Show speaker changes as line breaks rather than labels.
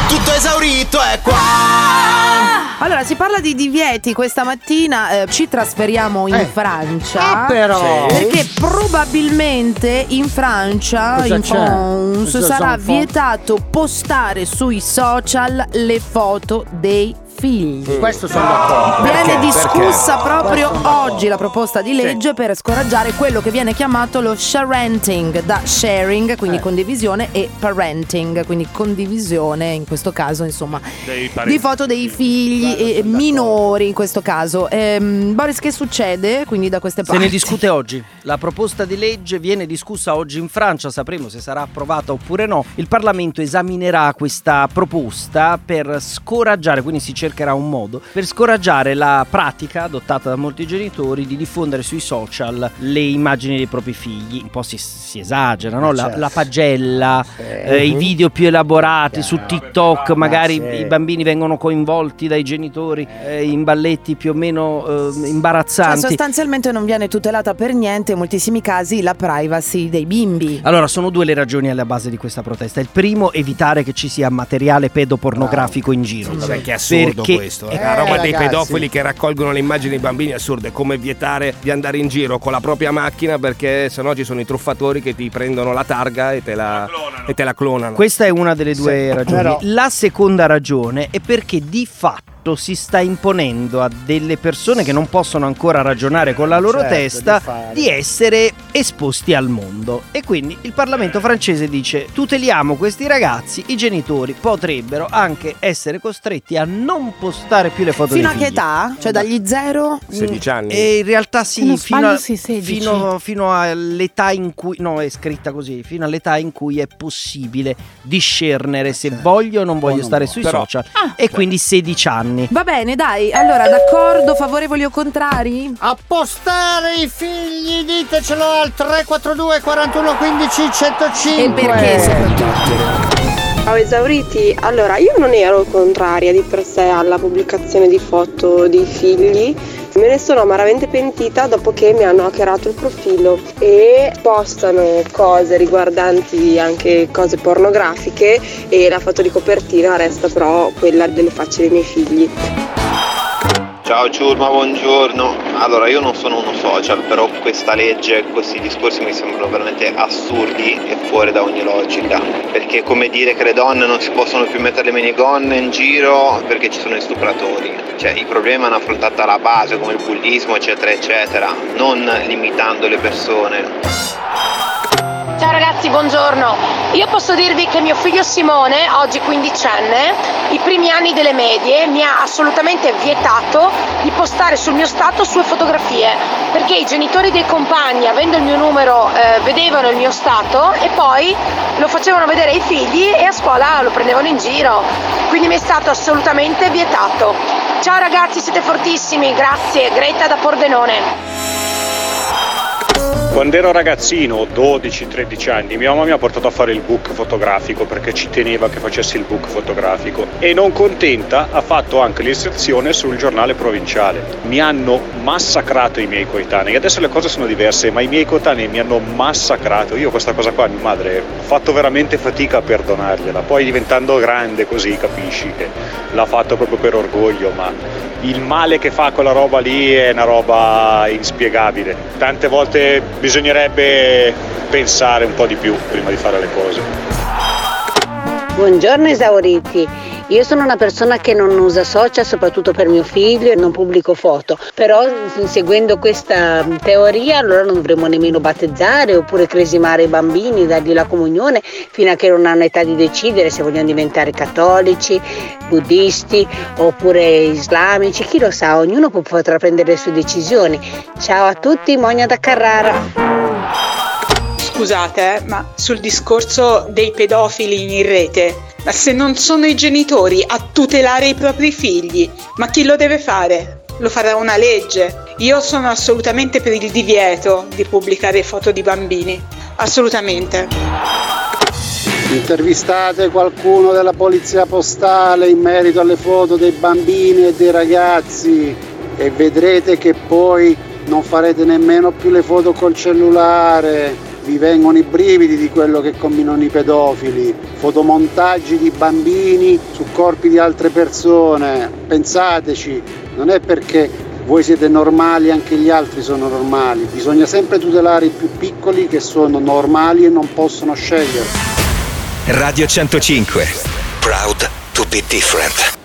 Tutto esaurito è qua.
Allora, si parla di divieti questa mattina, ci trasferiamo in Francia.
Però
Perché probabilmente in Francia,
Cosa
in
c'è?
France,
Cosa
sarà
sono
vietato postare sui social le foto dei figli.
questo sono d'accordo.
Viene discussa proprio
Questo no.
oggi la proposta di legge per scoraggiare quello che viene chiamato lo sharenting, da sharing, quindi condivisione, e parenting, quindi condivisione in questo caso, insomma, di foto dei figli minori in questo caso. Boris, che succede quindi da queste parti?
Se ne discute oggi. La proposta di legge viene discussa oggi in Francia, sapremo se sarà approvata oppure no. Il Parlamento esaminerà questa proposta per scoraggiare, quindi si cercherà un modo per scoraggiare la pratica adottata da molti genitori di diffondere sui social le immagini dei propri figli. Un po' si esagera, no? La pagella, i video più elaborati su TikTok, magari i bambini vengono coinvolti dai genitori in balletti più o meno imbarazzanti.
Cioè, sostanzialmente non viene tutelata per niente in moltissimi casi la privacy dei bimbi.
Allora, sono due le ragioni alla base di questa protesta. Il primo, evitare che ci sia materiale pedopornografico in giro.
Vabbè, che assurdo questo. La roba dei
ragazzi.
pedofili che raccolgono le immagini dei bambini è assurda. È come vietare di andare in giro con la propria macchina, perché sennò ci sono i truffatori che ti prendono la targa e te la clonano.
Questa è una delle due ragioni.
però-
La seconda ragione è perché di fatto si sta imponendo a delle persone che non possono ancora ragionare con la loro
Certo,
testa
di fare.
di essere esposti al mondo. E quindi il Parlamento francese dice: tuteliamo questi ragazzi, i genitori potrebbero anche essere costretti a non postare più le foto
Fino a
dei
che
figli.
età? Cioè dagli 0?
16 anni.
E in realtà
Se non
sì,
sbaglio sì, 16.
fino all'età in cui, no, è scritta così, fino all'età in cui è possibile discernere se voglio o non voglio
non
stare
voglio.
sui
Però-
social, e quindi 16 anni.
Va bene, dai. Allora, d'accordo, favorevoli o contrari?
A postare i figli, ditecelo al 342 41 15 105.
E perché soprattutto?
Ciao esauriti, allora io non ero contraria di per sé alla pubblicazione di foto dei figli, me ne sono amaramente pentita dopo che mi hanno hackerato il profilo e postano cose riguardanti anche cose pornografiche e la foto di copertina resta però quella delle facce dei miei figli.
Ciao Ciurma, buongiorno. Allora, io non sono uno social, però questa legge, questi discorsi mi sembrano veramente assurdi e fuori da ogni logica. Perché è come dire che le donne non si possono più mettere le minigonne in giro perché ci sono gli stupratori. Cioè, i problemi vanno affrontati alla base, come il bullismo, eccetera, eccetera, non limitando le persone.
Ciao ragazzi, buongiorno. Io posso dirvi che mio figlio Simone, oggi 15enne, i primi anni delle medie mi ha assolutamente vietato di postare sul mio stato sue fotografie, perché i genitori dei compagni, avendo il mio numero, vedevano il mio stato e poi lo facevano vedere ai figli e a scuola lo prendevano in giro. Quindi mi è stato assolutamente vietato. Ciao ragazzi, siete fortissimi, grazie. Greta da Pordenone.
Quando ero ragazzino, 12-13 anni, mia mamma mi ha portato a fare il book fotografico perché ci teneva che facessi il book fotografico e non contenta ha fatto anche l'inserzione sul giornale provinciale. Mi hanno massacrato i miei coetanei, adesso le cose sono diverse, ma i miei coetanei mi hanno massacrato. Io questa cosa qua, mia madre, ho fatto veramente fatica a perdonargliela, poi diventando grande così capisci che l'ha fatto proprio per orgoglio, ma il male che fa quella roba lì è una roba inspiegabile. Tante volte bisognerebbe pensare un po' di più prima di fare le cose.
Buongiorno esauriti, io sono una persona che non usa social soprattutto per mio figlio e non pubblico foto, però seguendo questa teoria allora non dovremmo nemmeno battezzare oppure cresimare i bambini, dargli la comunione fino a che non hanno età di decidere se vogliono diventare cattolici, buddisti oppure islamici, chi lo sa, ognuno potrà prendere le sue decisioni. Ciao a tutti, Monia da Carrara.
Scusate, ma sul discorso dei pedofili in rete, ma se non sono i genitori a tutelare i propri figli, ma chi lo deve fare? Lo farà una legge. Io sono assolutamente per il divieto di pubblicare foto di bambini, assolutamente.
Intervistate qualcuno della polizia postale in merito alle foto dei bambini e dei ragazzi e vedrete che poi non farete nemmeno più le foto col cellulare. vi vengono i brividi di quello che combinano i pedofili, fotomontaggi di bambini su corpi di altre persone. Pensateci, non è perché voi siete normali, anche gli altri sono normali. Bisogna sempre tutelare i più piccoli che sono normali e non possono scegliere.
Radio 105. Proud to be different.